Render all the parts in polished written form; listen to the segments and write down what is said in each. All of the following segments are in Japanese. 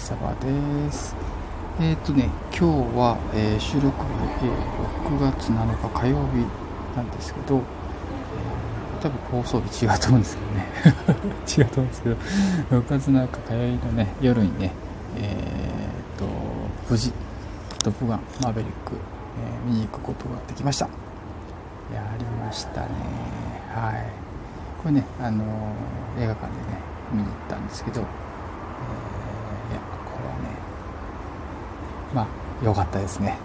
サバです。今日は、収録日、6月7日火曜日なんですけど、多分放送日違うと思うんですけどね違うと思うんですけど、6月7日火曜日のね夜にね、無事トップガンマーベリック、見に行くことができました。やりましたね。はい。これね、映画館でね見に行ったんですけど、これはね、まあ良かったですね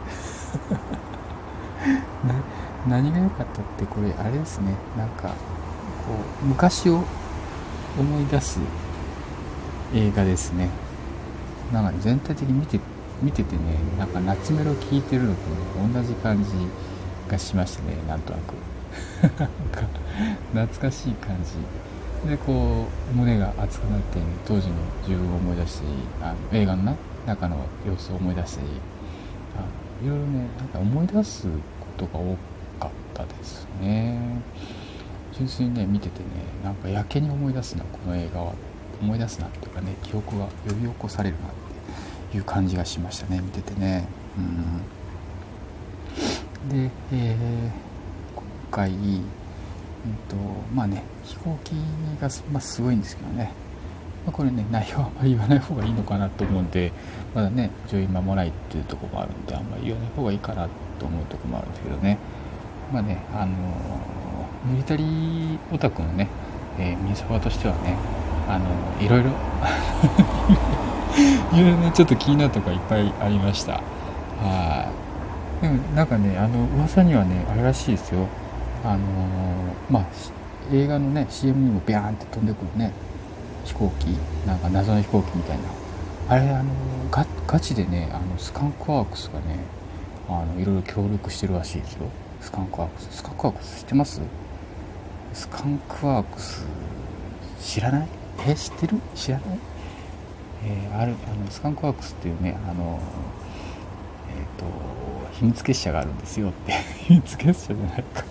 何が良かったって、これあれですね、なんかこう昔を思い出す映画ですね。なんか全体的に見ててね、なんか夏メロ聴いてるのと、ね、同じ感じがしましたね。なんとなくなんか懐かしい感じで、こう胸が熱くなって、ね、当時の自分を思い出したり、映画の中の様子を思い出したり、いろいろね、なんか思い出すことが多かったですね。純粋にね見ててね、なんかやけに思い出すな、この映画は思い出すなっていうかね、記憶が呼び起こされるなっていう感じがしましたね、見ててね。で、今回まあね、飛行機が、すごいんですけどね、これね、内容はあんまり言わない方がいいのかなと思うんで、まだね上映間もないっていうところもあるんで、あんまり言わない方がいいかなと思うところもあるんですけどね。まあね、ミリタリーオタクのね、ミサワとしてはね、いろいろいろいろね、ちょっと気になるところがいっぱいありました。はい。でもなんかね、噂にはね、あれらしいですよ。まあ映画のね CM にもビャーンって飛んでくるね飛行機、なんか謎の飛行機みたいな、あれガチでね、スカンクワークスがね、いろいろ協力してるらしいですよ。スカンクワークス知ってます？スカンクワークス知らない？知ってる？知らない？スカンクワークスっていうね、秘密結社があるんですよって秘密結社じゃないか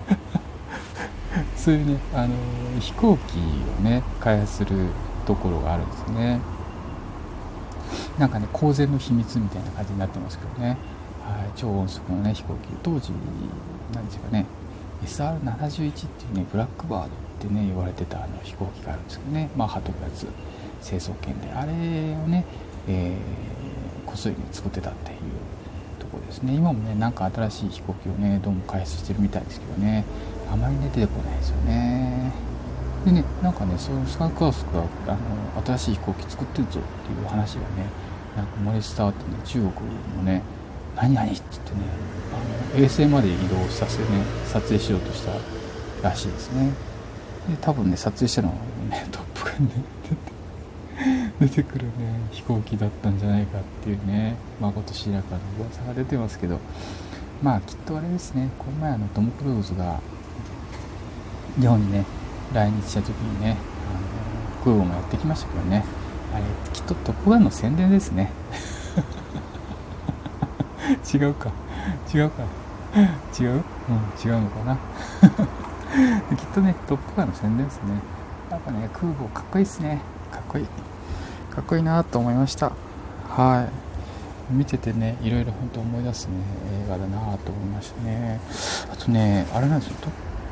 そういうね、飛行機をね開発するところがあるんですね。なんかね、公然の秘密みたいな感じになってますけどね。はい、超音速のね飛行機、当時何ですかね、 SR71 っていうね、ブラックバードってね言われてた飛行機があるんですけどね、マッハ飛ぶやつ、成層圏で、あれをね、こっそりね作ってたっていうところですね。今もね、なんか新しい飛行機をねどうも開発してるみたいですけどね、あまりね出てこないですよね。でね、なんかね、そういうスカンクワークスが新しい飛行機作ってるぞっていう話がね、なんか漏れ伝わってね、中国もね、何々って言ってね、衛星まで移動させてね撮影しようとしたらしいですね。で多分ね、撮影したのはね、トップガンで出てくるね飛行機だったんじゃないかっていうね、まことしやかな噂が出てますけど、まあきっとあれですね、この前トム・クルーズが日本にね来日した時にね、空母もやってきましたけどね、あれきっとトップガンの宣伝ですね違うか違うか違う、違うのかなきっとねトップガンの宣伝ですね。なんかね、空母かっこいいですね。かっこいいなと思いました。はい。見ててね、いろいろ本当思い出すね映画だなと思いましたね。あとね、あれなんですよ、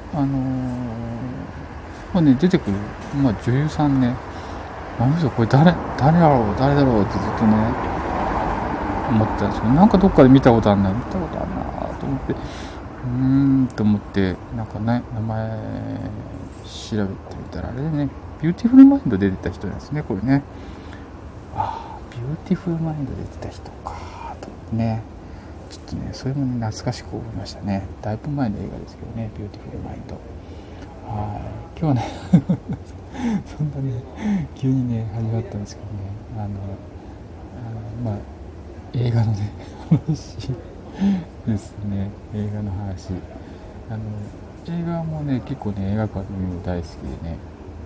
出てくる、女優さんね、これ誰だろうってずっとね思ってたんですけど、なんかどっかで見たことあるなと思って、と思って、なんかね名前調べてみたら、あれでね、ビューティフルマインド出てた人なんですね、これね。ビューティフルマインド出てた人かと思ってね、ちょっとねそれもね懐かしく思いましたね。だいぶ前の映画ですけどね、ビューティフルマインド。今日はねそんなね急にね始まったんですけどね、映画のね話ですね。映画の話、映画もね結構ね映画館で見るの大好きでね、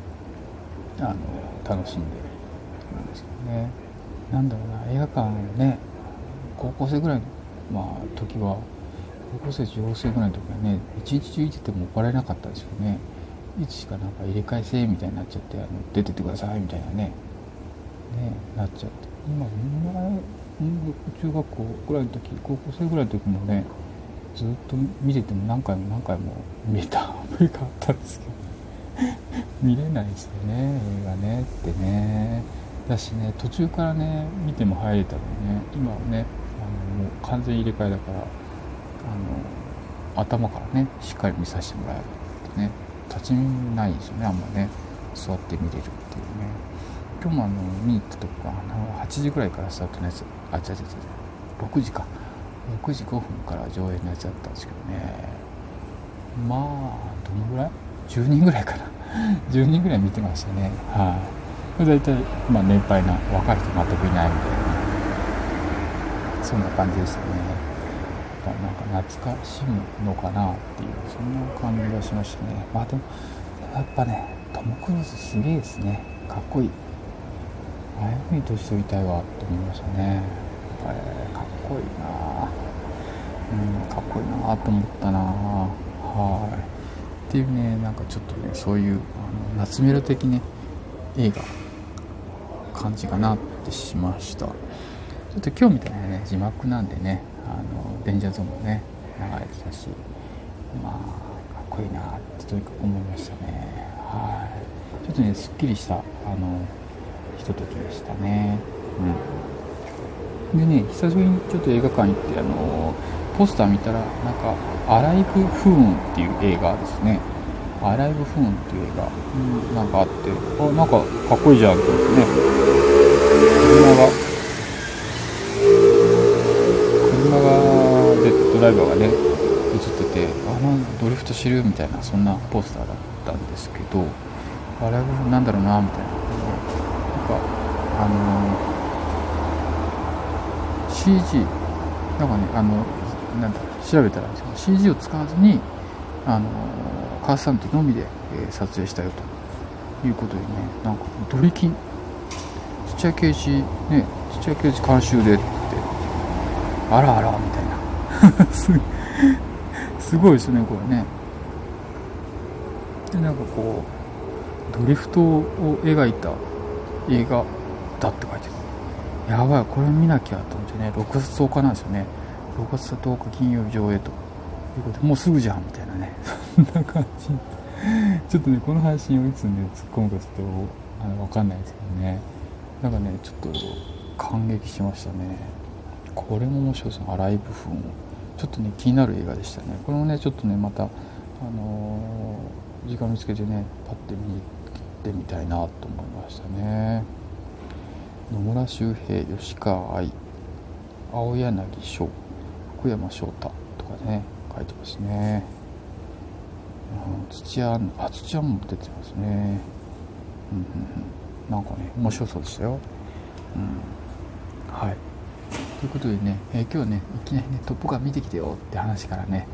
楽しんでるんですけどね。なんだろうな、映画館ね、高校生ぐらいの、時は高校生中学生ぐらいの時はね、一日中いてても怒られなかったですよね。いつしか入れ替え制みたいになっちゃって、出てってくださいみたいなねなっちゃって、 今中学校ぐらいの時、高校生ぐらいの時もね、ずっと見てても何回も何回も見れたアメリカあったんですけど見れないですよね、映画ねってね。だしね、途中からね見ても入れたのにね、今はねもう完全入れ替えだから、頭からねしっかり見させてもらえるってね、立ち見ないですよね、あんまね、座って見れるっていうね。今日も見に行ったとこが8時ぐらいからスタートのやつ、6時か、6時5分から上映のやつだったんですけどね、まあどのぐらい10人ぐらいかな10人ぐらい見てましたね。はい、これ大体年配な若い人全くいないみたいな、そんな感じでしたね。なんか懐かしむのかなっていう、そんな感じがしましたね。でもやっぱね、トム・クルーズすげえですね、かっこいい。ああいう風に年取りたいわって思いましたね。かっこいいな、かっこいいなと思ったな。はいっていうね、なんかちょっとね、そういう夏メロ的ね映画感じかなってしました。ちょっと今日みたいなね字幕なんでね、デンジャーゾーンもね流れてたし、かっこいいなってとにかく思いましたね。はい、ちょっとねすっきりしたひとときでしたね。でね、久しぶりにちょっと映画館行ってポスター見たら、なんかアライブ・フーンっていう映画ですね。アライブ・フーンっていう映画、なんかあって、なんかかっこいいじゃんって思ってね、車でドライバーがね映ってて、ドリフトしてるみたいな、そんなポスターだったんですけど、アライブ・フーンなんだろうなみたいな、なんかCG なんかね、調べたら CG を使わずにカースタントのみで、撮影したよということでね、なんかドリキンちっちゃい刑事ね、ちっちゃい刑事監修でって、あらあらみたいなすごいですねこれね。でなんかこうドリフトを描いた映画だって書いてある。やばい、これ見なきゃと思ってね、6月10日なんですよね。6月10日金曜日上映ということで、もうすぐじゃんみたいなねそんな感じ。ちょっとねこの配信をいつね突っ込むかちょっと分かんないですけどね、なんかねちょっと感激しましたね。これも面白いですね、アライブフーン。ちょっとね気になる映画でしたね。これもねちょっとねまた時間見つけてねパッて見に行ってみたいなと思いましたね。野村周平、吉川愛、青柳翔、福山翔太とかね書いてますね。土屋も出てますね。なんかね面白そうでしたよ。はい、ということでね、今日はねいきなりねトップガン見てきてよって話からね、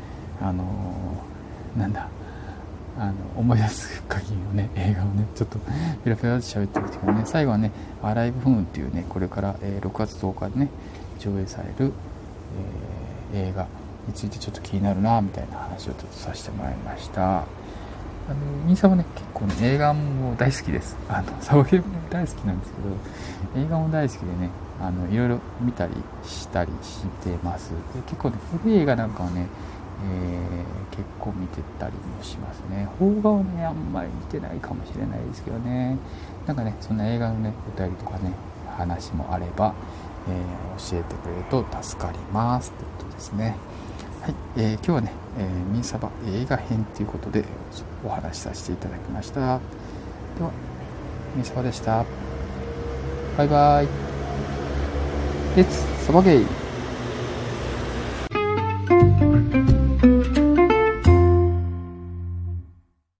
思い出す限りのね映画をねちょっとペラペラで喋ってるんですけどね、最後はねアライブフーンっていうね、これから、6月10日にね上映される、映画についてちょっと気になるなみたいな話をちょっとさせてもらいました。兄さんはね結構ね映画も大好きです。サバゲーも大好きなんですけど、映画も大好きでねいろいろ見たりしたりしてます。で結構ね古い映画なんかはね、結構見てたりもしますね。邦画はねあんまり見てないかもしれないですけどね、なんかねそんな映画のねお便りとかね話もあれば、教えてくれると助かりますということですね。はい、今日はね、ミンサバ映画編ということでお話しさせていただきました。ではミンサバでした。バイバイ。レッツサバゲー。